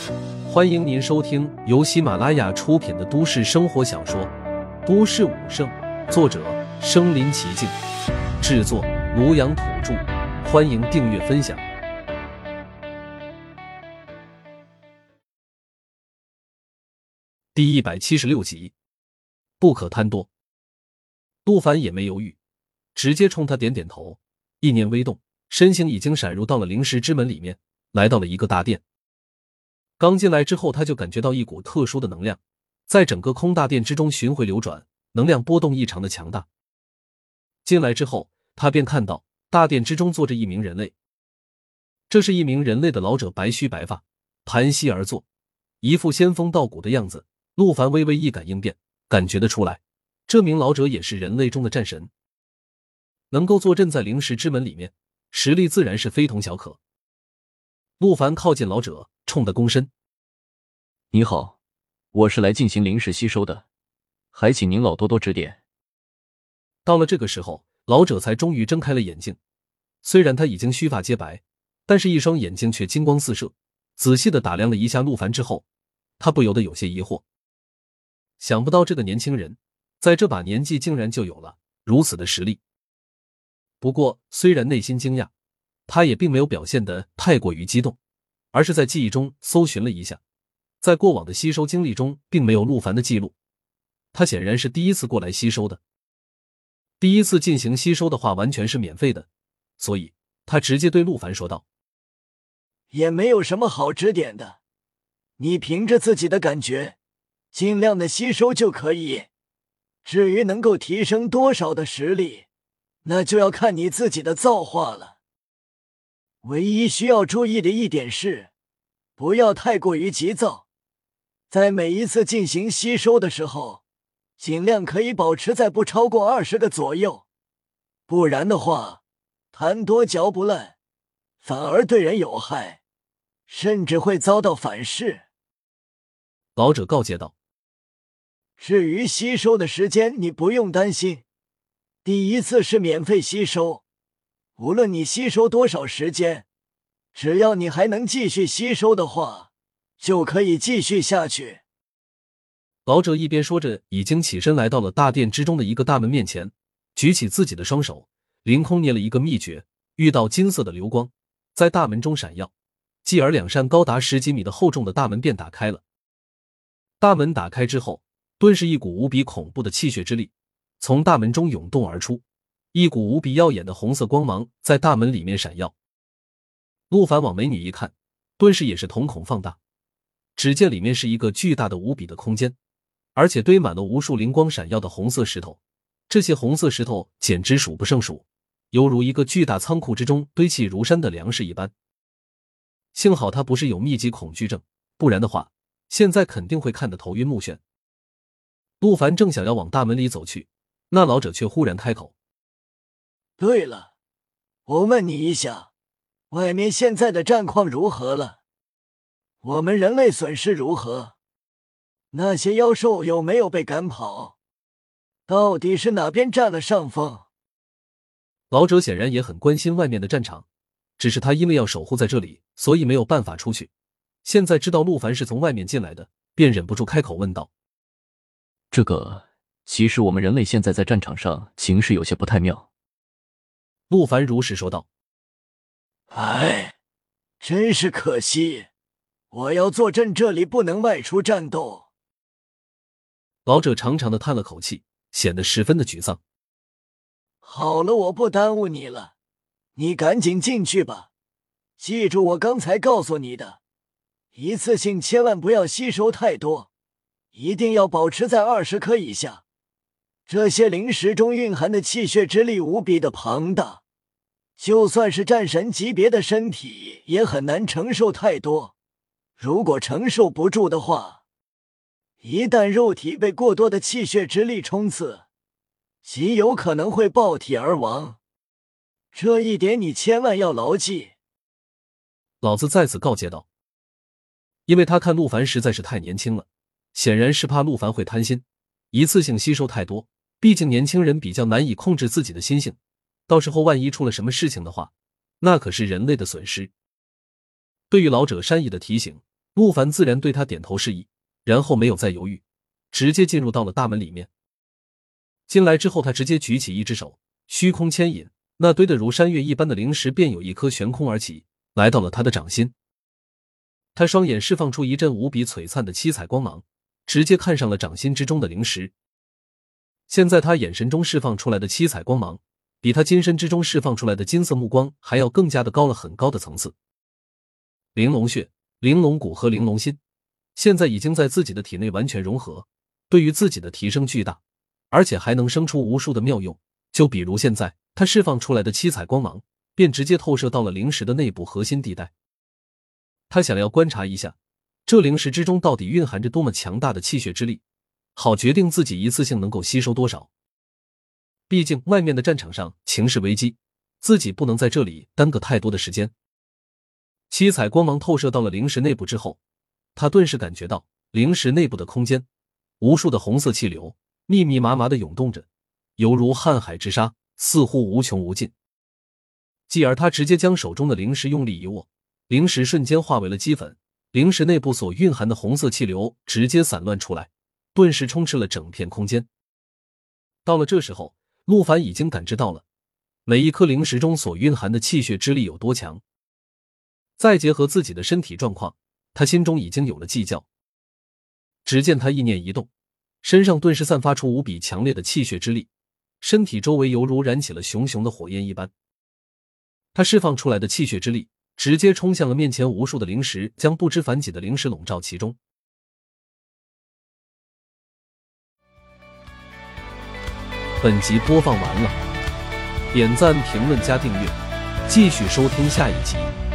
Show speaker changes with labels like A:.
A: 欢迎您收听由喜马拉雅出品的都市生活小说《都市武圣》，作者身临其境，制作庐阳土著。欢迎订阅分享。第176集，不可贪多。陆凡也没犹豫，直接冲他点点头，意念微动，身形已经闪入到了灵石之门里面，来到了一个大殿。刚进来之后，他就感觉到一股特殊的能量在整个空大殿之中巡回流转，能量波动异常的强大。进来之后，他便看到大殿之中坐着一名人类。这是一名人类的老者，白须白发，盘膝而坐，一副仙风道骨的样子。陆凡微微一感应变，感觉得出来，这名老者也是人类中的战神，能够坐镇在灵石之门里面，实力自然是非同小可。陆凡靠近老者，冲他躬身：“
B: 你好，我是来进行灵石吸收的，还请您老多多指点。”
A: 到了这个时候，老者才终于睁开了眼睛。虽然他已经须发皆白，但是一双眼睛却金光四射，仔细地打量了一下陆凡之后，他不由得有些疑惑。想不到这个年轻人在这把年纪竟然就有了如此的实力。不过虽然内心惊讶，他也并没有表现得太过于激动，而是在记忆中搜寻了一下，在过往的吸收经历中并没有陆凡的记录，他显然是第一次过来吸收的。第一次进行吸收的话完全是免费的，所以他直接对陆凡说道：“
C: 也没有什么好指点的，你凭着自己的感觉尽量的吸收就可以，至于能够提升多少的实力，那就要看你自己的造化了。唯一需要注意的一点是，不要太过于急躁，在每一次进行吸收的时候，尽量可以保持在不超过20个左右，不然的话，贪多嚼不烂，反而对人有害，甚至会遭到反噬。”
A: 老者告诫道：“
C: 至于吸收的时间，你不用担心，第一次是免费吸收，无论你吸收多少时间，只要你还能继续吸收的话，就可以继续下去。”
A: 老者一边说着，已经起身来到了大殿之中的一个大门面前，举起自己的双手，凌空捏了一个秘诀，遇到金色的流光在大门中闪耀，继而两扇高达10几米的厚重的大门便打开了。大门打开之后，顿时一股无比恐怖的气血之力从大门中涌动而出，一股无比耀眼的红色光芒在大门里面闪耀。陆凡往美女一看，顿时也是瞳孔放大，只见里面是一个巨大的无比的空间，而且堆满了无数灵光闪耀的红色石头，这些红色石头简直数不胜数，犹如一个巨大仓库之中堆砌如山的粮食一般。幸好他不是有密集恐惧症，不然的话现在肯定会看得头晕目眩。陆凡正想要往大门里走去，那老者却忽然开口：“
C: 对了，我问你一下，外面现在的战况如何了？我们人类损失如何？那些妖兽有没有被赶跑？到底是哪边占了上风？”
A: 老者显然也很关心外面的战场，只是他因为要守护在这里，所以没有办法出去。现在知道陆凡是从外面进来的，便忍不住开口问道：“
B: 其实我们人类现在在战场上形势有些不太妙。”
A: 陆凡如实说道：“
C: 哎，真是可惜，我要坐镇这里，不能外出战斗。”
A: 老者长长的叹了口气，显得十分的沮丧。
C: “好了，我不耽误你了，你赶紧进去吧。记住我刚才告诉你的，一次性千万不要吸收太多，一定要保持在20颗以下。这些灵石中蕴含的气血之力无比的庞大，就算是战神级别的身体也很难承受太多。如果承受不住的话，一旦肉体被过多的气血之力冲刺，极有可能会爆体而亡。这一点你千万要牢记。”
A: 老子再次告诫道。因为他看陆凡实在是太年轻了，显然是怕陆凡会贪心，一次性吸收太多，毕竟年轻人比较难以控制自己的心性，到时候万一出了什么事情的话，那可是人类的损失。对于老者善意的提醒， 陆凡自然对他点头示意，然后没有再犹豫，直接进入到了大门里面。进来之后，他直接举起一只手，虚空牵引，那堆得如山岳一般的灵石便有一颗悬空而起，来到了他的掌心。他双眼释放出一阵无比璀璨的七彩光芒，直接看上了掌心之中的灵石。现在他眼神中释放出来的七彩光芒，比他金身之中释放出来的金色目光还要更加的高了很高的层次。玲珑血、玲珑骨和玲珑心现在已经在自己的体内完全融合，对于自己的提升巨大，而且还能生出无数的妙用。就比如现在他释放出来的七彩光芒便直接透射到了灵石的内部核心地带。他想要观察一下这灵石之中到底蕴含着多么强大的气血之力，好决定自己一次性能够吸收多少。毕竟外面的战场上情势危机，自己不能在这里耽搁太多的时间。七彩光芒透射到了灵石内部之后，他顿时感觉到灵石内部的空间无数的红色气流密密麻麻的涌动着，犹如瀚海之沙，似乎无穷无尽。继而他直接将手中的灵石用力一握，灵石瞬间化为了齑粉，灵石内部所蕴含的红色气流直接散乱出来，顿时充斥了整片空间。到了这时候，陆凡已经感知到了每一颗灵石中所蕴含的气血之力有多强，再结合自己的身体状况，他心中已经有了计较。只见他意念一动，身上顿时散发出无比强烈的气血之力，身体周围犹如燃起了熊熊的火焰一般。他释放出来的气血之力直接冲向了面前无数的灵石，将不知凡几的灵石笼罩其中。本集播放完了，点赞、评论、加订阅，继续收听下一集。